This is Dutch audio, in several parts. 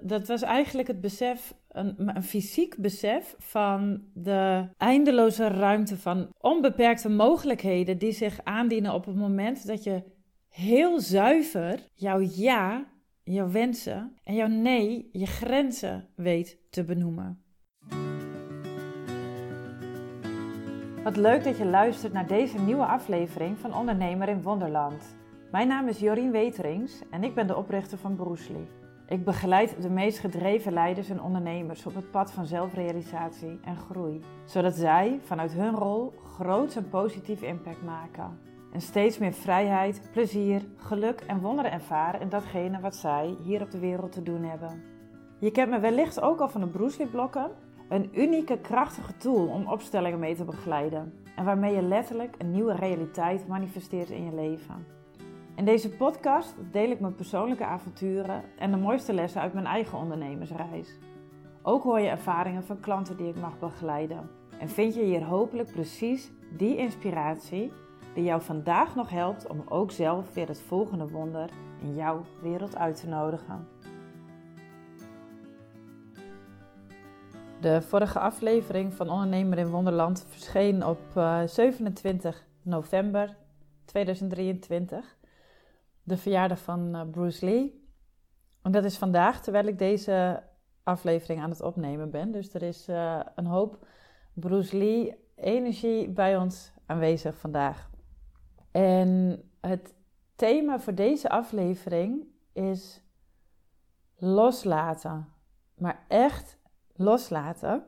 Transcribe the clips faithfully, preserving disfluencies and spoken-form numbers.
dat was eigenlijk het besef, een, een fysiek besef van de eindeloze ruimte van onbeperkte mogelijkheden die zich aandienen op het moment dat je heel zuiver jouw ja, jouw wensen en jouw nee, je grenzen weet te benoemen. Wat leuk dat je luistert naar deze nieuwe aflevering van Ondernemer in Wonderland. Mijn naam is Jorien Weterings en ik ben de oprichter van Bruce. Ik begeleid de meest gedreven leiders en ondernemers op het pad van zelfrealisatie en groei, zodat zij vanuit hun rol groots en positief impact maken. En steeds meer vrijheid, plezier, geluk en wonderen ervaren in datgene wat zij hier op de wereld te doen hebben. Je kent me wellicht ook al van de Bruce blokken, een unieke, krachtige tool om opstellingen mee te begeleiden en waarmee je letterlijk een nieuwe realiteit manifesteert in je leven. In deze podcast deel ik mijn persoonlijke avonturen en de mooiste lessen uit mijn eigen ondernemersreis. Ook hoor je ervaringen van klanten die ik mag begeleiden. En vind je hier hopelijk precies die inspiratie die jou vandaag nog helpt om ook zelf weer het volgende wonder in jouw wereld uit te nodigen. De vorige aflevering van Ondernemer in Wonderland verscheen op uh, zevenentwintig november tweeduizend drieëntwintig. De verjaardag van uh, Bruce Lee. En dat is vandaag, terwijl ik deze aflevering aan het opnemen ben. Dus er is uh, een hoop Bruce Lee energie bij ons aanwezig vandaag. En het thema voor deze aflevering is loslaten. Maar echt loslaten.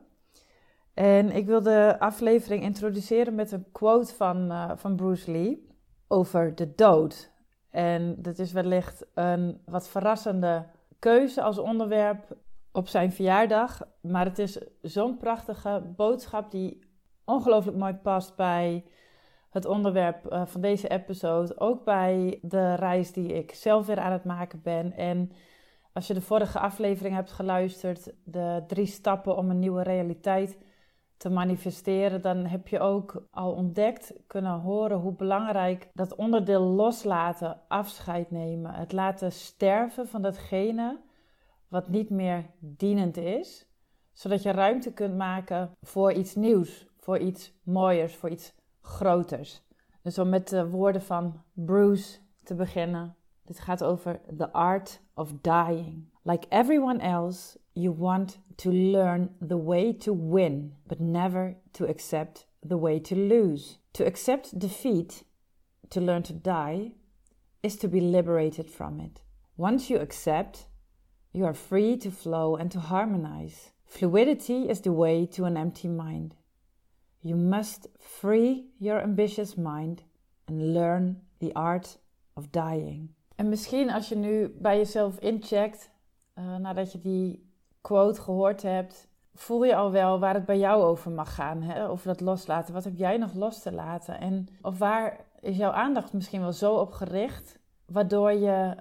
En ik wil de aflevering introduceren met een quote van, uh, van Bruce Lee over de dood. En dat is wellicht een wat verrassende keuze als onderwerp op zijn verjaardag. Maar het is zo'n prachtige boodschap die ongelooflijk mooi past bij het onderwerp uh, van deze episode. Ook bij de reis die ik zelf weer aan het maken ben. En als je de vorige aflevering hebt geluisterd, de drie stappen om een nieuwe realiteit te manifesteren, dan heb je ook al ontdekt, kunnen horen hoe belangrijk dat onderdeel loslaten, afscheid nemen, het laten sterven van datgene wat niet meer dienend is, zodat je ruimte kunt maken voor iets nieuws, voor iets mooiers, voor iets groters. Dus om met de woorden van Bruce te beginnen. Dit gaat over the art of dying. Like everyone else, you want to learn the way to win, but never to accept the way to lose. To accept defeat, to learn to die, is to be liberated from it. Once you accept, you are free to flow and to harmonize. Fluidity is the way to an empty mind. You must free your ambitious mind and learn the art of dying. En misschien als je nu bij jezelf incheckt, uh, nadat je die quote gehoord hebt, voel je al wel waar het bij jou over mag gaan, hè? Over dat loslaten. Wat heb jij nog los te laten? En of waar is jouw aandacht misschien wel zo op gericht, waardoor je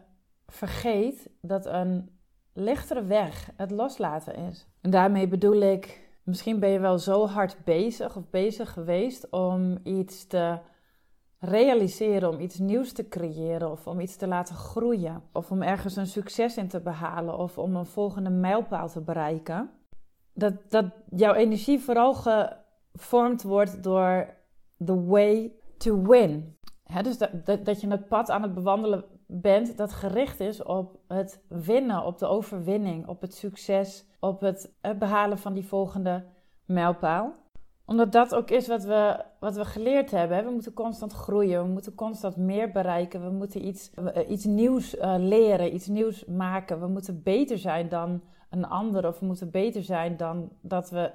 vergeet dat een lichtere weg het loslaten is. En daarmee bedoel ik, misschien ben je wel zo hard bezig of bezig geweest om iets te realiseren, om iets nieuws te creëren of om iets te laten groeien. Of om ergens een succes in te behalen of om een volgende mijlpaal te bereiken. Dat, dat jouw energie vooral gevormd wordt door the way to win. He, dus dat, dat, dat je het pad aan het bewandelen bent dat gericht is op het winnen, op de overwinning, op het succes, op het, het behalen van die volgende mijlpaal. Omdat dat ook is wat we, wat we geleerd hebben. Hè? We moeten constant groeien, we moeten constant meer bereiken. We moeten iets, iets nieuws uh, leren, iets nieuws maken. We moeten beter zijn dan een ander of we moeten beter zijn dan dat we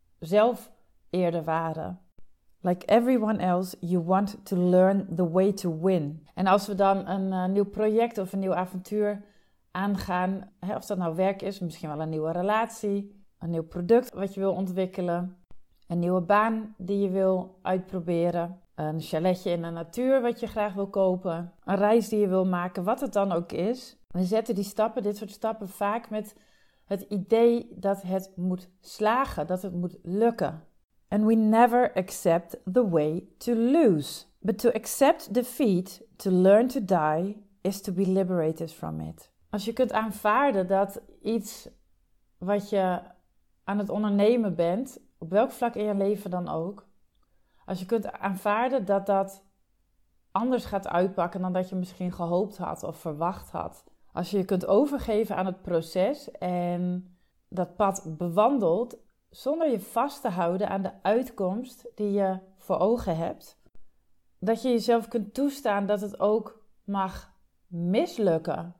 zelf eerder waren. Like everyone else, you want to learn the way to win. En als we dan een uh, nieuw project of een nieuw avontuur aangaan, hè, of dat nou werk is, misschien wel een nieuwe relatie, een nieuw product wat je wil ontwikkelen, een nieuwe baan die je wil uitproberen, een chaletje in de natuur wat je graag wil kopen, een reis die je wil maken, wat het dan ook is. We zetten die stappen, dit soort stappen vaak met het idee dat het moet slagen, dat het moet lukken. And we never accept the way to lose. But to accept defeat, to learn to die, is to be liberated from it. Als je kunt aanvaarden dat iets wat je aan het ondernemen bent, op welk vlak in je leven dan ook, als je kunt aanvaarden dat dat anders gaat uitpakken dan dat je misschien gehoopt had of verwacht had. Als je je kunt overgeven aan het proces en dat pad bewandelt zonder je vast te houden aan de uitkomst die je voor ogen hebt. Dat je jezelf kunt toestaan dat het ook mag mislukken.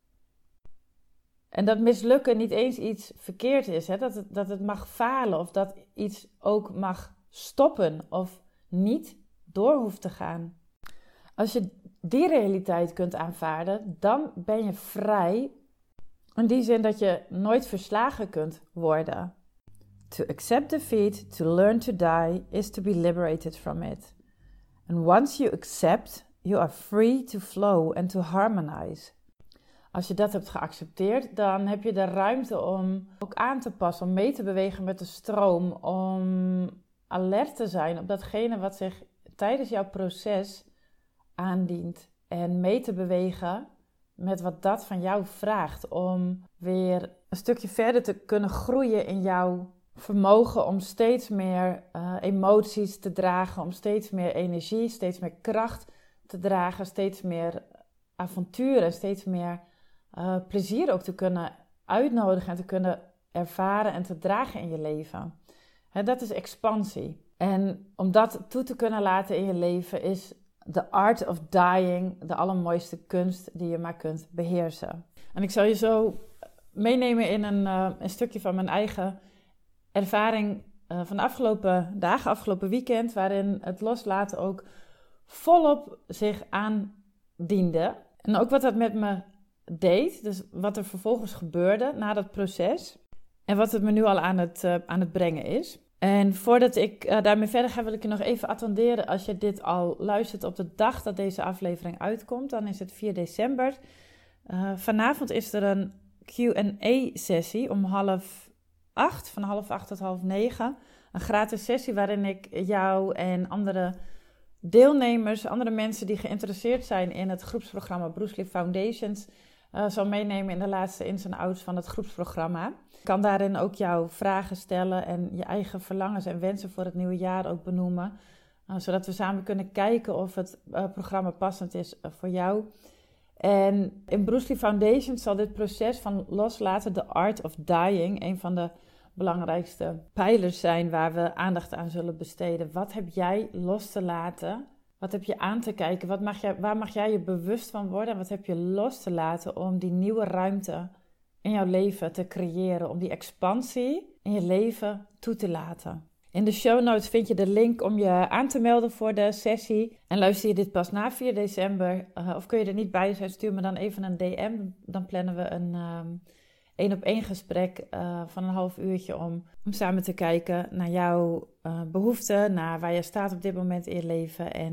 En dat mislukken niet eens iets verkeerd is. Hè? Dat, het, dat het mag falen of dat iets ook mag stoppen of niet door hoeft te gaan. Als je die realiteit kunt aanvaarden, dan ben je vrij. In die zin dat je nooit verslagen kunt worden. To accept defeat, to learn to die, is to be liberated from it. And once you accept, you are free to flow and to harmonize. Als je dat hebt geaccepteerd, dan heb je de ruimte om ook aan te passen, om mee te bewegen met de stroom, om alert te zijn op datgene wat zich tijdens jouw proces aandient. En mee te bewegen met wat dat van jou vraagt, om weer een stukje verder te kunnen groeien in jouw vermogen om steeds meer uh, emoties te dragen, om steeds meer energie, steeds meer kracht te dragen, steeds meer avonturen, steeds meer uh, plezier ook te kunnen uitnodigen en te kunnen ervaren en te dragen in je leven. He, dat is expansie. En om dat toe te kunnen laten in je leven is the art of dying de allermooiste kunst die je maar kunt beheersen. En ik zal je zo meenemen in een, uh, een stukje van mijn eigen ervaring uh, van de afgelopen dagen, afgelopen weekend, waarin het loslaten ook volop zich aandiende. En ook wat dat met me deed, dus wat er vervolgens gebeurde na dat proces en wat het me nu al aan het, uh, aan het brengen is. En voordat ik uh, daarmee verder ga, wil ik je nog even attenderen. Als je dit al luistert op de dag dat deze aflevering uitkomt, dan is het vier december. Uh, vanavond is er een Q en A-sessie om half acht, van half acht tot half negen. Een gratis sessie waarin ik jou en andere deelnemers, andere mensen die geïnteresseerd zijn in het groepsprogramma Bruce Lee Foundations, uh, zal meenemen in de laatste ins en outs van het groepsprogramma. Je kan daarin ook jouw vragen stellen en je eigen verlangens en wensen voor het nieuwe jaar ook benoemen. Uh, zodat we samen kunnen kijken of het uh, programma passend is uh, voor jou. En in Bruce Lee Foundations zal dit proces van loslaten, the art of dying, een van de belangrijkste pijlers zijn waar we aandacht aan zullen besteden. Wat heb jij los te laten? Wat heb je aan te kijken? Wat mag jij, waar mag jij je bewust van worden? En wat heb je los te laten om die nieuwe ruimte in jouw leven te creëren? Om die expansie in je leven toe te laten. In de show notes vind je de link om je aan te melden voor de sessie. En luister je dit pas na vier december, uh, of kun je er niet bij zijn, stuur me dan even een D M. Dan plannen we een um, één op één gesprek uh, van een half uurtje om, om samen te kijken naar jouw uh, behoeften, naar waar je staat op dit moment in je leven en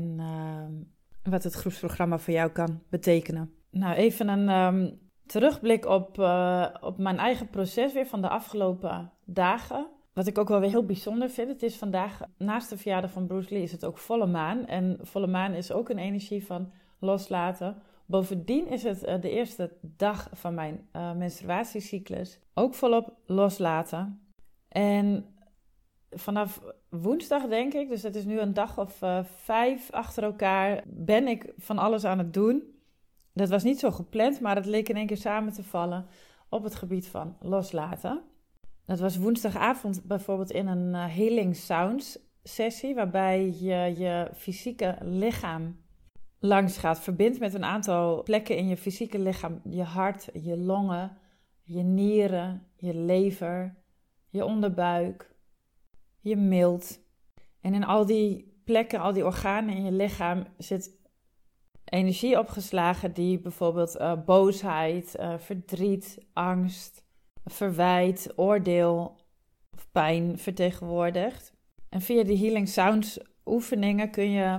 uh, wat het groepsprogramma voor jou kan betekenen. Nou, even een um, terugblik op, uh, op mijn eigen proces weer van de afgelopen dagen. Wat ik ook wel weer heel bijzonder vind, het is vandaag, naast de verjaardag van Bruce Lee, is het ook volle maan. En volle maan is ook een energie van loslaten. Bovendien is het uh, de eerste dag van mijn uh, menstruatiecyclus. Ook volop loslaten. En vanaf woensdag, denk ik, dus het is nu een dag of uh, vijf achter elkaar, ben ik van alles aan het doen. Dat was niet zo gepland, maar het leek in één keer samen te vallen op het gebied van loslaten. Dat was woensdagavond bijvoorbeeld in een uh, Healing Sounds sessie, waarbij je je fysieke lichaam langs gaat, verbindt met een aantal plekken in je fysieke lichaam. Je hart, je longen, je nieren, je lever, je onderbuik, je milt. En in al die plekken, al die organen in je lichaam zit energie opgeslagen die bijvoorbeeld uh, boosheid, uh, verdriet, angst, verwijt, oordeel of pijn vertegenwoordigt. En via die Healing Sounds oefeningen kun je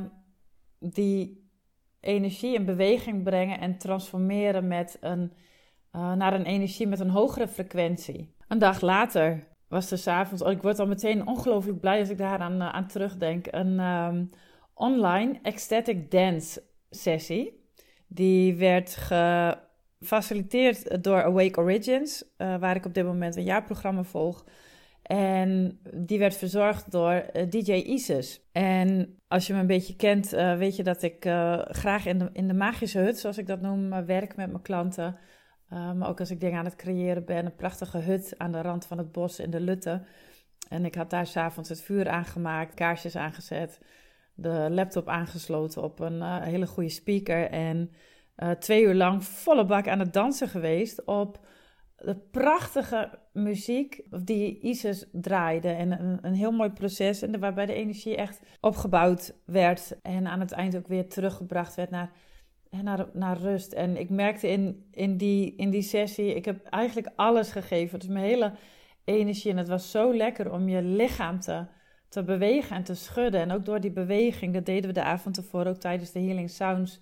die energie in beweging brengen en transformeren met een, uh, naar een energie met een hogere frequentie. Een dag later was er 's avonds, oh, ik word al meteen ongelooflijk blij als ik daar aan, uh, aan terugdenk, een um, online ecstatic dance sessie. Die werd ge gefaciliteerd door Awake Origins, uh, waar ik op dit moment een jaarprogramma volg. En die werd verzorgd door uh, D J Isis. En als je me een beetje kent, uh, weet je dat ik uh, graag in de, in de magische hut, zoals ik dat noem, uh, werk met mijn klanten. Uh, maar ook als ik dingen aan het creëren ben, een prachtige hut aan de rand van het bos in de Lutte. En ik had daar 's avonds het vuur aangemaakt, kaarsjes aangezet, de laptop aangesloten op een uh, hele goede speaker. En uh, twee uur lang volle bak aan het dansen geweest op de prachtige muziek die Isis draaide. En een, een heel mooi proces en waarbij de energie echt opgebouwd werd. En aan het eind ook weer teruggebracht werd naar, naar, naar rust. En ik merkte in, in, die, in die sessie, ik heb eigenlijk alles gegeven. Dus mijn hele energie. En het was zo lekker om je lichaam te, te bewegen en te schudden. En ook door die beweging, dat deden we de avond ervoor ook tijdens de Healing Sounds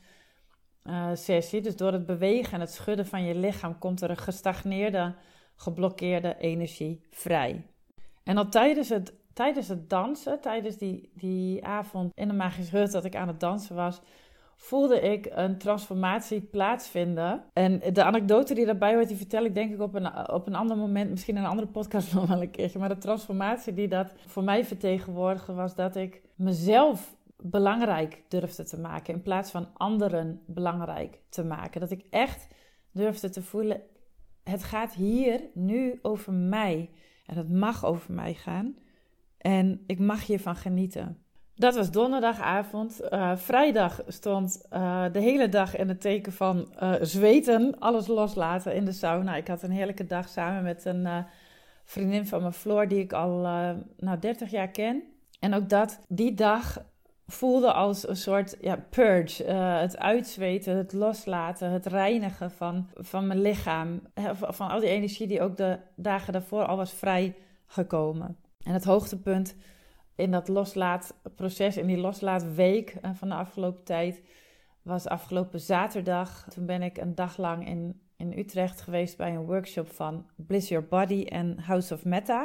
uh, sessie. Dus door het bewegen en het schudden van je lichaam komt er een gestagneerde, geblokkeerde energie vrij. En al tijdens het, tijdens het dansen, tijdens die, die avond in de magische hut dat ik aan het dansen was, voelde ik een transformatie plaatsvinden. En de anekdote die daarbij hoort, die vertel ik denk ik op een, op een ander moment, misschien in een andere podcast nog wel een keertje. Maar de transformatie die dat voor mij vertegenwoordigde was dat ik mezelf belangrijk durfde te maken in plaats van anderen belangrijk te maken. Dat ik echt durfde te voelen, het gaat hier nu over mij. En het mag over mij gaan. En ik mag hiervan genieten. Dat was donderdagavond. Uh, vrijdag stond uh, de hele dag in het teken van uh, zweten, alles loslaten in de sauna. Ik had een heerlijke dag samen met een uh, vriendin van mijn Floor die ik al uh, nou, dertig jaar ken. En ook dat, die dag voelde als een soort ja, purge. Uh, het uitzweten, het loslaten, het reinigen van, van mijn lichaam. Van al die energie die ook de dagen daarvoor al was vrijgekomen. En het hoogtepunt in dat loslaatproces, in die loslaatweek van de afgelopen tijd, was afgelopen zaterdag. Toen ben ik een dag lang in, in Utrecht geweest bij een workshop van Bliss Your Body en House of Metta.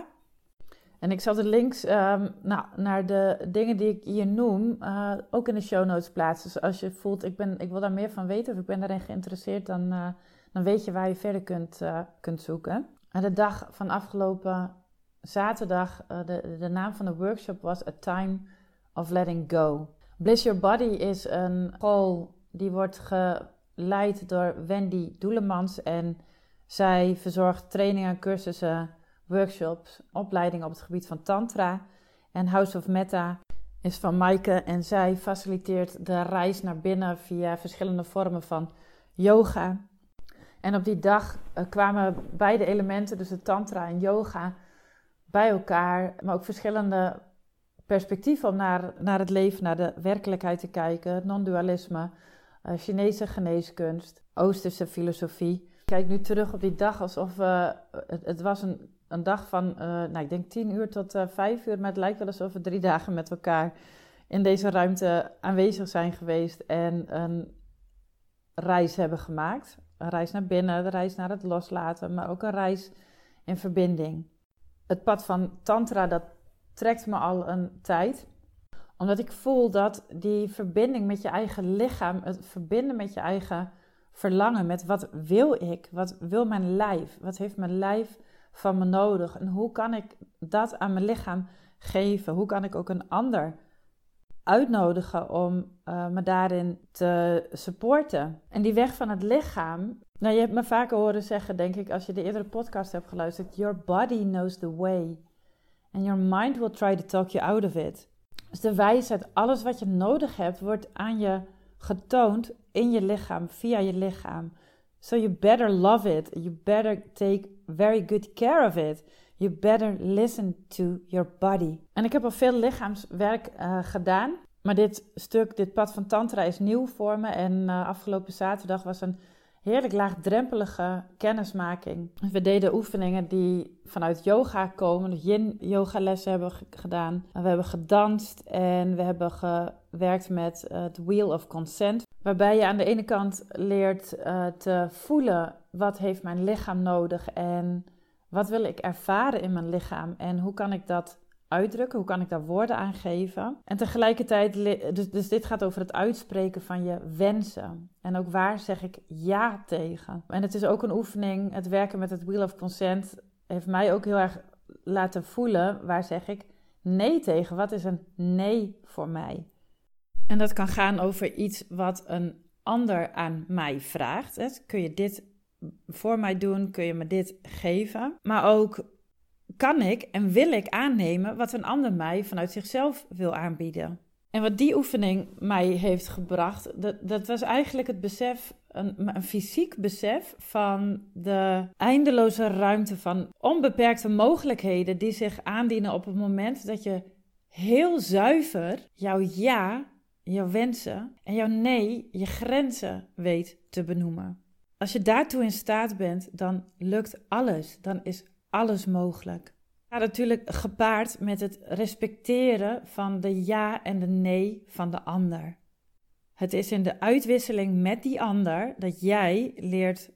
En ik zal de links um, nou, naar de dingen die ik hier noem uh, ook in de show notes plaatsen. Dus als je voelt, ik, ben, ik wil daar meer van weten of ik ben daarin geïnteresseerd, dan, uh, dan weet je waar je verder kunt, uh, kunt zoeken. En de dag van afgelopen zaterdag, uh, de, de naam van de workshop was A Time of Letting Go. Bliss Your Body is een school die wordt geleid door Wendy Doelemans. En zij verzorgt trainingen, cursussen, workshops, opleidingen op het gebied van tantra. En House of Metta is van Maaike en zij faciliteert de reis naar binnen via verschillende vormen van yoga. En op die dag uh, kwamen beide elementen, dus de tantra en yoga, bij elkaar, maar ook verschillende perspectieven om naar, naar het leven, naar de werkelijkheid te kijken. Non-dualisme, uh, Chinese geneeskunst, Oosterse filosofie. Ik kijk nu terug op die dag alsof uh, het, het was een, een dag van, uh, nou, ik denk tien uur tot uh, vijf uur, maar het lijkt wel alsof we drie dagen met elkaar in deze ruimte aanwezig zijn geweest en een reis hebben gemaakt. Een reis naar binnen, de reis naar het loslaten, maar ook een reis in verbinding. Het pad van tantra, dat trekt me al een tijd. Omdat ik voel dat die verbinding met je eigen lichaam, het verbinden met je eigen verlangen, met wat wil ik, wat wil mijn lijf, wat heeft mijn lijf van me nodig en hoe kan ik dat aan mijn lichaam geven, hoe kan ik ook een ander uitnodigen om uh, me daarin te supporten. En die weg van het lichaam, nou, je hebt me vaker horen zeggen, denk ik, als je de eerdere podcast hebt geluisterd, your body knows the way and your mind will try to talk you out of it. Dus de wijsheid, alles wat je nodig hebt, wordt aan je getoond in je lichaam, via je lichaam. So you better love it, you better take very good care of it. You better listen to your body. En ik heb al veel lichaamswerk uh, gedaan. Maar dit stuk, dit pad van tantra is nieuw voor me. En uh, afgelopen zaterdag was een heerlijk laagdrempelige kennismaking. We deden oefeningen die vanuit yoga komen. Dus yin yoga lessen hebben we gedaan. We hebben gedanst en we hebben gewerkt met uh, het Wheel of Consent. Waarbij je aan de ene kant leert uh, te voelen, wat heeft mijn lichaam nodig en wat wil ik ervaren in mijn lichaam en hoe kan ik dat uitdrukken? Hoe kan ik daar woorden aan geven? En tegelijkertijd, dus, dus dit gaat over het uitspreken van je wensen. En ook waar zeg ik ja tegen? En het is ook een oefening, het werken met het Wheel of Consent heeft mij ook heel erg laten voelen, waar zeg ik nee tegen? Wat is een nee voor mij? En dat kan gaan over iets wat een ander aan mij vraagt. Hè? Kun je dit voor mij doen? Kun je me dit geven? Maar ook, kan ik en wil ik aannemen wat een ander mij vanuit zichzelf wil aanbieden? En wat die oefening mij heeft gebracht, dat, dat was eigenlijk het besef, een, een fysiek besef van de eindeloze ruimte van onbeperkte mogelijkheden die zich aandienen op het moment dat je heel zuiver jouw ja, jouw wensen en jouw nee, je grenzen weet te benoemen. Als je daartoe in staat bent, dan lukt alles, dan is alles mogelijk. Het gaat natuurlijk gepaard met het respecteren van de ja en de nee van de ander. Het is in de uitwisseling met die ander dat jij leert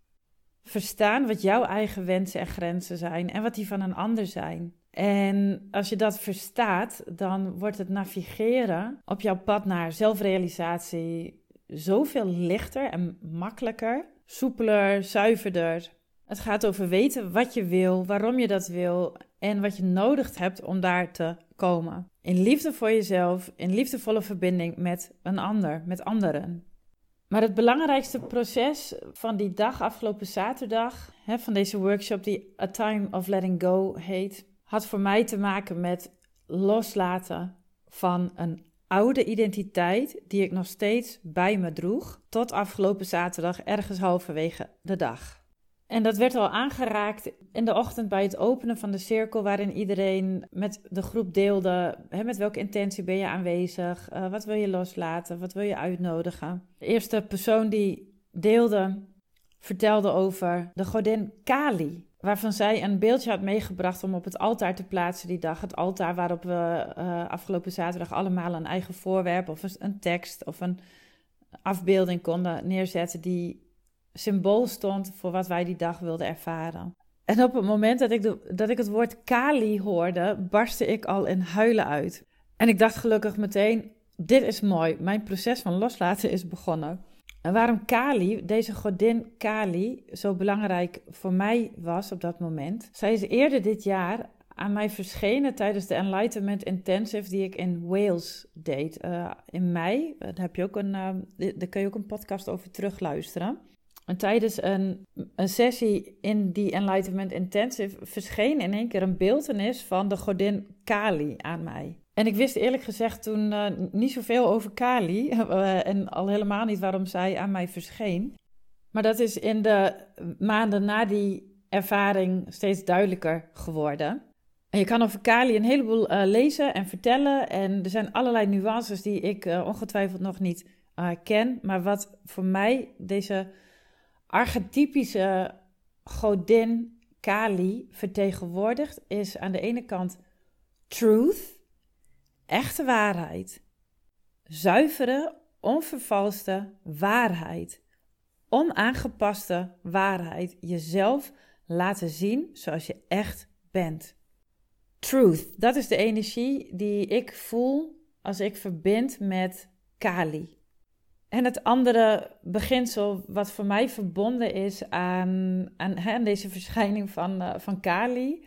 verstaan wat jouw eigen wensen en grenzen zijn en wat die van een ander zijn. En als je dat verstaat, dan wordt het navigeren op jouw pad naar zelfrealisatie zoveel lichter en makkelijker, soepeler, zuiverder. Het gaat over weten wat je wil, waarom je dat wil en wat je nodig hebt om daar te komen. In liefde voor jezelf, in liefdevolle verbinding met een ander, met anderen. Maar het belangrijkste proces van die dag, afgelopen zaterdag, hè, van deze workshop die A Time of Letting Go heet, had voor mij te maken met loslaten van een oude identiteit die ik nog steeds bij me droeg, tot afgelopen zaterdag ergens halverwege de dag. En dat werd al aangeraakt in de ochtend bij het openen van de cirkel, waarin iedereen met de groep deelde, hè, met welke intentie ben je aanwezig, uh, wat wil je loslaten, wat wil je uitnodigen. De eerste persoon die deelde, vertelde over de godin Kali, waarvan zij een beeldje had meegebracht om op het altaar te plaatsen die dag. Het altaar waarop we uh, afgelopen zaterdag allemaal een eigen voorwerp of een tekst of een afbeelding konden neerzetten die symbool stond voor wat wij die dag wilden ervaren. En op het moment dat ik, de, dat ik het woord Kali hoorde, barstte ik al in huilen uit. En ik dacht gelukkig meteen, dit is mooi, mijn proces van loslaten is begonnen. En waarom Kali, deze godin Kali, zo belangrijk voor mij was op dat moment. Zij is eerder dit jaar aan mij verschenen tijdens de Enlightenment Intensive die ik in Wales deed. Uh, in mei, daar, heb je ook een, uh, daar kun je ook een podcast over terugluisteren. En tijdens een, een sessie in die Enlightenment Intensive verscheen in één keer een beeltenis van de godin Kali aan mij. En ik wist eerlijk gezegd toen uh, niet zoveel over Kali uh, en al helemaal niet waarom zij aan mij verscheen. Maar dat is in de maanden na die ervaring steeds duidelijker geworden. En je kan over Kali een heleboel uh, lezen en vertellen en er zijn allerlei nuances die ik uh, ongetwijfeld nog niet uh, ken. Maar wat voor mij deze archetypische godin Kali vertegenwoordigt, is aan de ene kant truth, echte waarheid, zuivere, onvervalste waarheid, onaangepaste waarheid, jezelf laten zien zoals je echt bent. Truth, dat is de energie die ik voel als ik verbind met Kali. En het andere beginsel wat voor mij verbonden is aan, aan, aan deze verschijning van, uh, van Kali,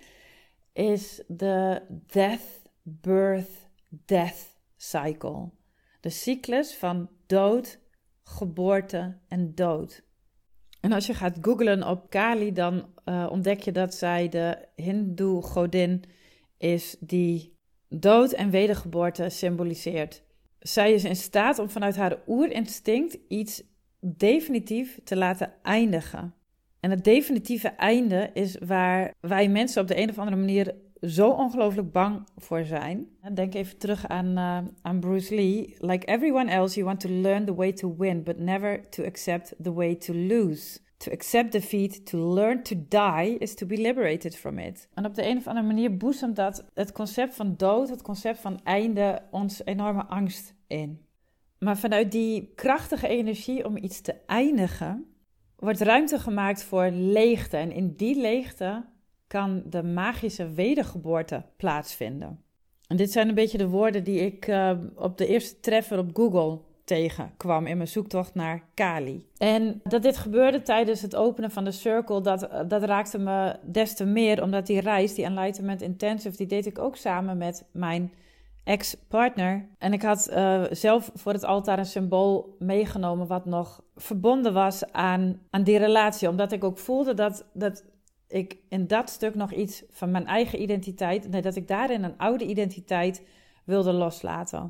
is de death, birth, death cycle. De cyclus van dood, geboorte en dood. En als je gaat googlen op Kali, dan uh, ontdek je dat zij de Hindoe godin is die dood en wedergeboorte symboliseert. Zij is in staat om vanuit haar oerinstinct iets definitief te laten eindigen. En het definitieve einde is waar wij mensen op de een of andere manier zo ongelooflijk bang voor zijn. Denk even terug aan, uh, aan Bruce Lee. Like everyone else, you want to learn the way to win, but never to accept the way to lose. To accept defeat, to learn to die, is to be liberated from it. En op de een of andere manier boezemt dat het concept van dood, het concept van einde, ons enorme angst in. Maar vanuit die krachtige energie om iets te eindigen, wordt ruimte gemaakt voor leegte. En in die leegte kan de magische wedergeboorte plaatsvinden. En dit zijn een beetje de woorden die ik uh, op de eerste treffer op Google tegenkwam in mijn zoektocht naar Kali. En dat dit gebeurde tijdens het openen van de Circle, dat, dat raakte me des te meer, omdat die reis, die Enlightenment Intensive, die deed ik ook samen met mijn ex-partner. En ik had uh, zelf voor het altaar een symbool meegenomen wat nog verbonden was aan, aan die relatie. Omdat ik ook voelde dat, dat ik in dat stuk nog iets van mijn eigen identiteit, nee, dat ik daarin een oude identiteit wilde loslaten.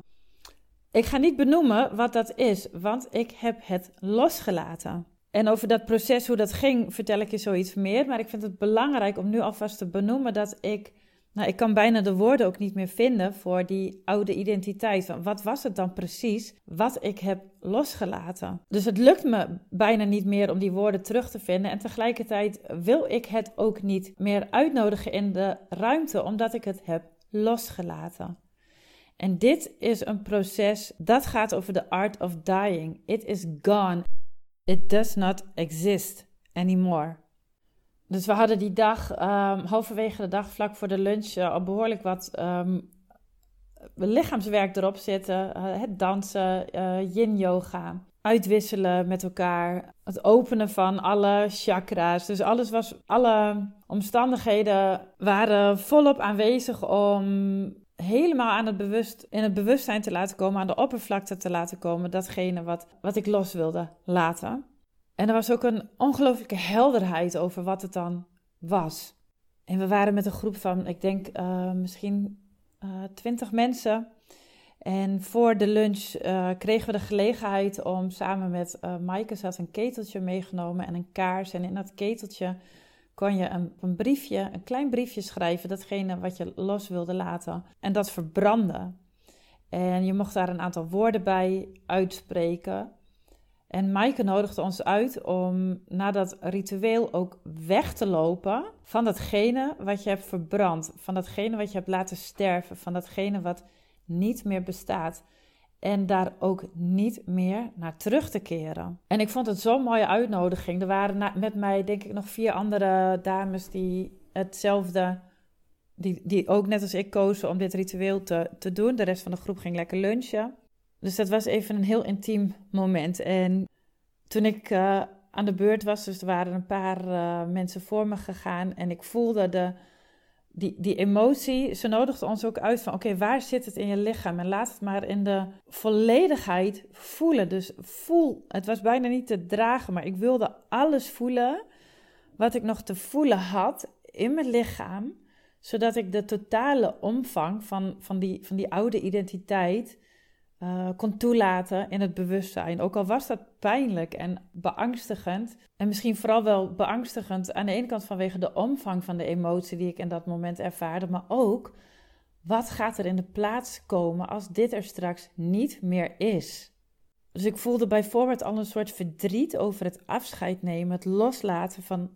Ik ga niet benoemen wat dat is, want ik heb het losgelaten. En over dat proces, hoe dat ging, vertel ik je zoiets meer. Maar ik vind het belangrijk om nu alvast te benoemen dat ik... Nou, ik kan bijna de woorden ook niet meer vinden voor die oude identiteit. Wat was het dan precies wat ik heb losgelaten? Dus het lukt me bijna niet meer om die woorden terug te vinden. En tegelijkertijd wil ik het ook niet meer uitnodigen in de ruimte, omdat ik het heb losgelaten. En dit is een proces dat gaat over the art of dying. It is gone. It does not exist anymore. Dus we hadden die dag, um, halverwege de dag, vlak voor de lunch, uh, al behoorlijk wat um, lichaamswerk erop zitten. Uh, het dansen, uh, yin-yoga, uitwisselen met elkaar. Het openen van alle chakra's. Dus alles was, alle omstandigheden waren volop aanwezig om helemaal aan het bewust, in het bewustzijn te laten komen, aan de oppervlakte te laten komen, datgene wat, wat ik los wilde laten. En er was ook een ongelooflijke helderheid over wat het dan was. En we waren met een groep van, ik denk uh, misschien twintig uh, mensen. En voor de lunch uh, kregen we de gelegenheid om samen met uh, Maaike, ze had een keteltje meegenomen en een kaars. En in dat keteltje kon je een, een briefje, een klein briefje schrijven, datgene wat je los wilde laten. En dat verbranden. En je mocht daar een aantal woorden bij uitspreken. En Maaike nodigde ons uit om na dat ritueel ook weg te lopen van datgene wat je hebt verbrand. Van datgene wat je hebt laten sterven. Van datgene wat niet meer bestaat. En daar ook niet meer naar terug te keren. En ik vond het zo'n mooie uitnodiging. Er waren na, met mij denk ik nog vier andere dames die hetzelfde, die, die ook net als ik kozen om dit ritueel te, te doen. De rest van de groep ging lekker lunchen. Dus dat was even een heel intiem moment. En toen ik uh, aan de beurt was, dus er waren een paar uh, mensen voor me gegaan. En ik voelde de, die, die emotie. Ze nodigden ons ook uit van, oké, okay, waar zit het in je lichaam? En laat het maar in de volledigheid voelen. Dus voel, het was bijna niet te dragen, maar ik wilde alles voelen wat ik nog te voelen had in mijn lichaam. Zodat ik de totale omvang van, van, die, van die oude identiteit Uh, kon toelaten in het bewustzijn. Ook al was dat pijnlijk en beangstigend. En misschien vooral wel beangstigend aan de ene kant vanwege de omvang van de emotie die ik in dat moment ervaarde. Maar ook, wat gaat er in de plaats komen als dit er straks niet meer is? Dus ik voelde bijvoorbeeld al een soort verdriet over het afscheid nemen. Het loslaten van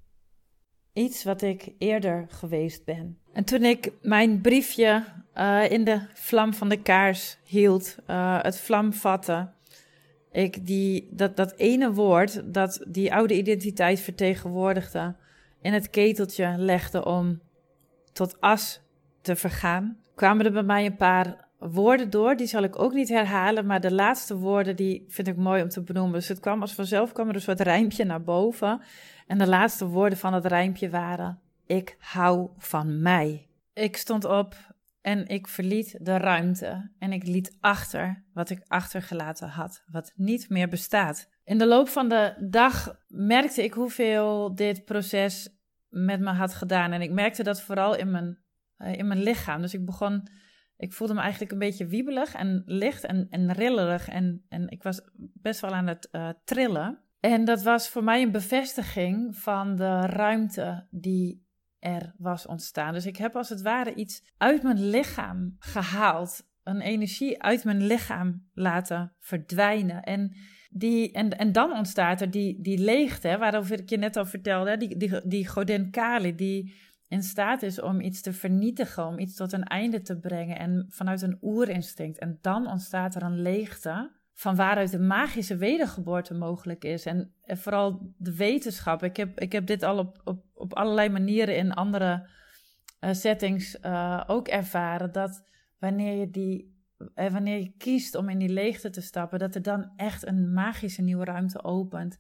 iets wat ik eerder geweest ben. En toen ik mijn briefje uh, in de vlam van de kaars hield, uh, het vlam vatte, ik die, dat, dat ene woord dat die oude identiteit vertegenwoordigde, in het keteltje legde om tot as te vergaan, kwamen er bij mij een paar woorden door. Die zal ik ook niet herhalen, maar de laatste woorden die vind ik mooi om te benoemen. Dus het kwam als vanzelf kwam er een soort rijmpje naar boven. En de laatste woorden van het rijmpje waren: ik hou van mij. Ik stond op en ik verliet de ruimte en ik liet achter wat ik achtergelaten had, wat niet meer bestaat. In de loop van de dag merkte ik hoeveel dit proces met me had gedaan. En ik merkte dat vooral in mijn, uh, in mijn lichaam. Dus ik begon, ik voelde me eigenlijk een beetje wiebelig en licht en, en rillerig. En, en ik was best wel aan het uh, trillen. En dat was voor mij een bevestiging van de ruimte die er was ontstaan. Dus ik heb als het ware iets uit mijn lichaam gehaald. Een energie uit mijn lichaam laten verdwijnen. En, die, en, en dan ontstaat er die, die leegte, waarover ik je net al vertelde. Die, die, die godin Kali, die in staat is om iets te vernietigen, om iets tot een einde te brengen. En vanuit een oerinstinct. En dan ontstaat er een leegte van waaruit de magische wedergeboorte mogelijk is. En, en vooral de wetenschap. Ik heb, ik heb dit al op, op, op allerlei manieren in andere uh, settings uh, ook ervaren. Dat wanneer je, die, eh, wanneer je kiest om in die leegte te stappen, dat er dan echt een magische nieuwe ruimte opent.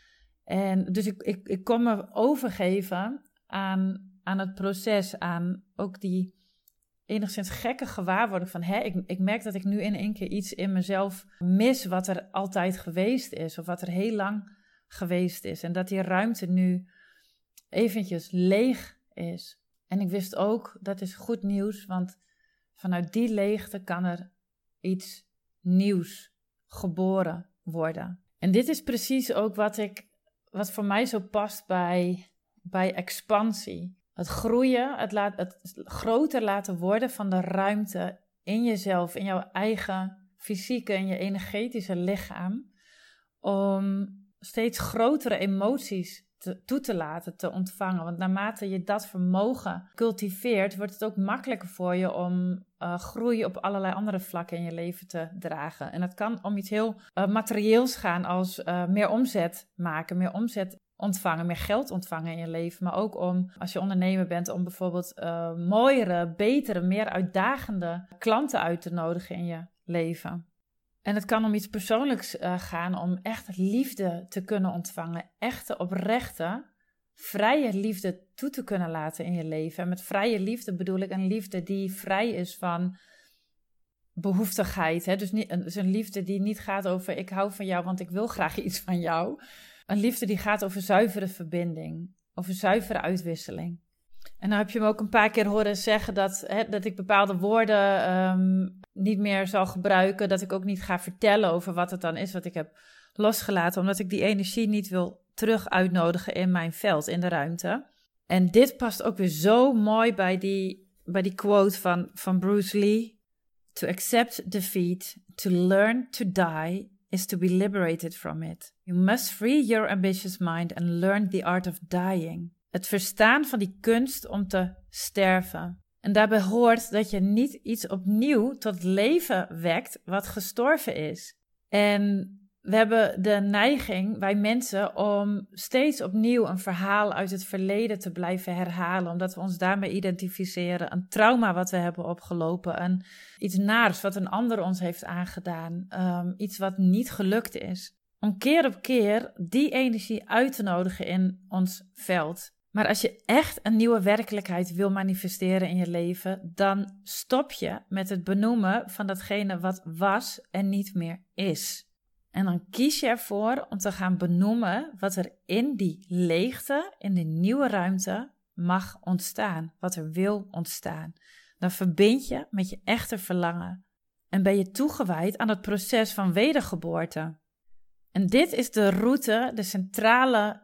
En dus ik, ik, ik kon me overgeven aan, aan het proces, aan ook die enigszins gekke gewaarwording van, hè, ik, ik merk dat ik nu in één keer iets in mezelf mis wat er altijd geweest is, of wat er heel lang geweest is. En dat die ruimte nu eventjes leeg is. En ik wist ook, dat is goed nieuws, want vanuit die leegte kan er iets nieuws geboren worden. En dit is precies ook wat, ik, wat voor mij zo past bij, bij expansie. Het groeien, het, laat, het groter laten worden van de ruimte in jezelf, in jouw eigen fysieke en je energetische lichaam. Om steeds grotere emoties te, toe te laten, te ontvangen. Want naarmate je dat vermogen cultiveert, wordt het ook makkelijker voor je om uh, groei op allerlei andere vlakken in je leven te dragen. En dat kan om iets heel uh, materieels gaan als uh, meer omzet maken, meer omzet ontvangen, meer geld ontvangen in je leven. Maar ook om, als je ondernemer bent, om bijvoorbeeld uh, mooiere, betere, meer uitdagende klanten uit te nodigen in je leven. En het kan om iets persoonlijks uh, gaan, om echt liefde te kunnen ontvangen. Echte, oprechte, vrije liefde toe te kunnen laten in je leven. En met vrije liefde bedoel ik een liefde die vrij is van behoeftigheid. Hè? Dus, niet, dus een liefde die niet gaat over ik hou van jou, want ik wil graag iets van jou. Een liefde die gaat over zuivere verbinding, over zuivere uitwisseling. En dan heb je me ook een paar keer horen zeggen dat, hè, dat ik bepaalde woorden um, niet meer zal gebruiken. Dat ik ook niet ga vertellen over wat het dan is wat ik heb losgelaten. Omdat ik die energie niet wil terug uitnodigen in mijn veld, in de ruimte. En dit past ook weer zo mooi bij die, bij die quote van, van Bruce Lee. To accept defeat, to learn to die, is to be liberated from it. You must free your ambitious mind and learn the art of dying. Het verstaan van die kunst om te sterven. En daarbij hoort dat je niet iets opnieuw tot leven wekt wat gestorven is. En we hebben de neiging, wij mensen, om steeds opnieuw een verhaal uit het verleden te blijven herhalen. Omdat we ons daarmee identificeren. Een trauma wat we hebben opgelopen. Een, iets naars wat een ander ons heeft aangedaan. Um, iets wat niet gelukt is. Om keer op keer die energie uit te nodigen in ons veld. Maar als je echt een nieuwe werkelijkheid wil manifesteren in je leven, dan stop je met het benoemen van datgene wat was en niet meer is. En dan kies je ervoor om te gaan benoemen wat er in die leegte, in die nieuwe ruimte mag ontstaan. Wat er wil ontstaan. Dan verbind je met je echte verlangen. En ben je toegewijd aan het proces van wedergeboorte. En dit is de route, de centrale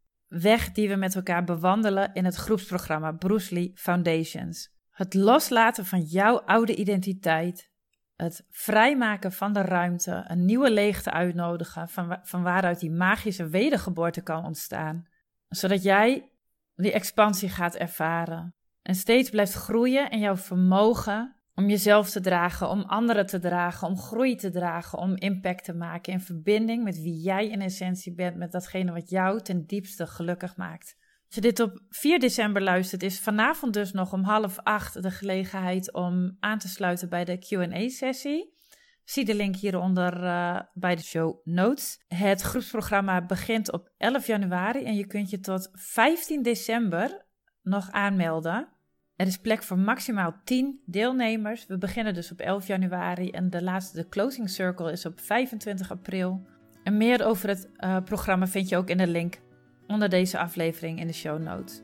weg die we met elkaar bewandelen in het groepsprogramma Bruce Lee Foundations. Het loslaten van jouw oude identiteit. Het vrijmaken van de ruimte, een nieuwe leegte uitnodigen van, van waaruit die magische wedergeboorte kan ontstaan. Zodat jij die expansie gaat ervaren en steeds blijft groeien in jouw vermogen om jezelf te dragen, om anderen te dragen, om groei te dragen, om impact te maken in verbinding met wie jij in essentie bent, met datgene wat jou ten diepste gelukkig maakt. Als je dit op vier december luistert, is vanavond dus nog om half acht de gelegenheid om aan te sluiten bij de Q en A-sessie. Zie de link hieronder uh, bij de show notes. Het groepsprogramma begint op elf januari en je kunt je tot vijftien december nog aanmelden. Er is plek voor maximaal tien deelnemers. We beginnen dus op elf januari en de laatste, de closing circle, is op vijfentwintig april. En meer over het uh, programma vind je ook in de link onder deze aflevering in de show notes.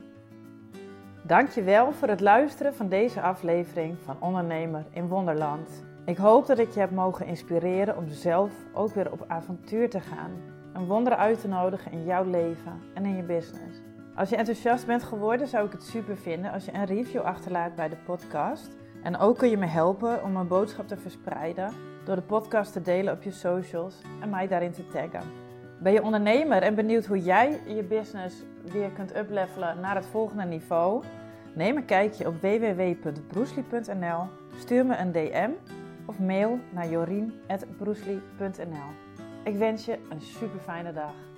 Dankjewel voor het luisteren van deze aflevering van Ondernemer in Wonderland. Ik hoop dat ik je heb mogen inspireren om zelf ook weer op avontuur te gaan. Een wonder uit te nodigen in jouw leven en in je business. Als je enthousiast bent geworden, zou ik het super vinden als je een review achterlaat bij de podcast. En ook kun je me helpen om mijn boodschap te verspreiden door de podcast te delen op je socials en mij daarin te taggen. Ben je ondernemer en benieuwd hoe jij je business weer kunt uplevelen naar het volgende niveau? Neem een kijkje op w w w punt broesli punt n l, stuur me een D M of mail naar jorien at brucely punt n l. Ik wens je een super fijne dag.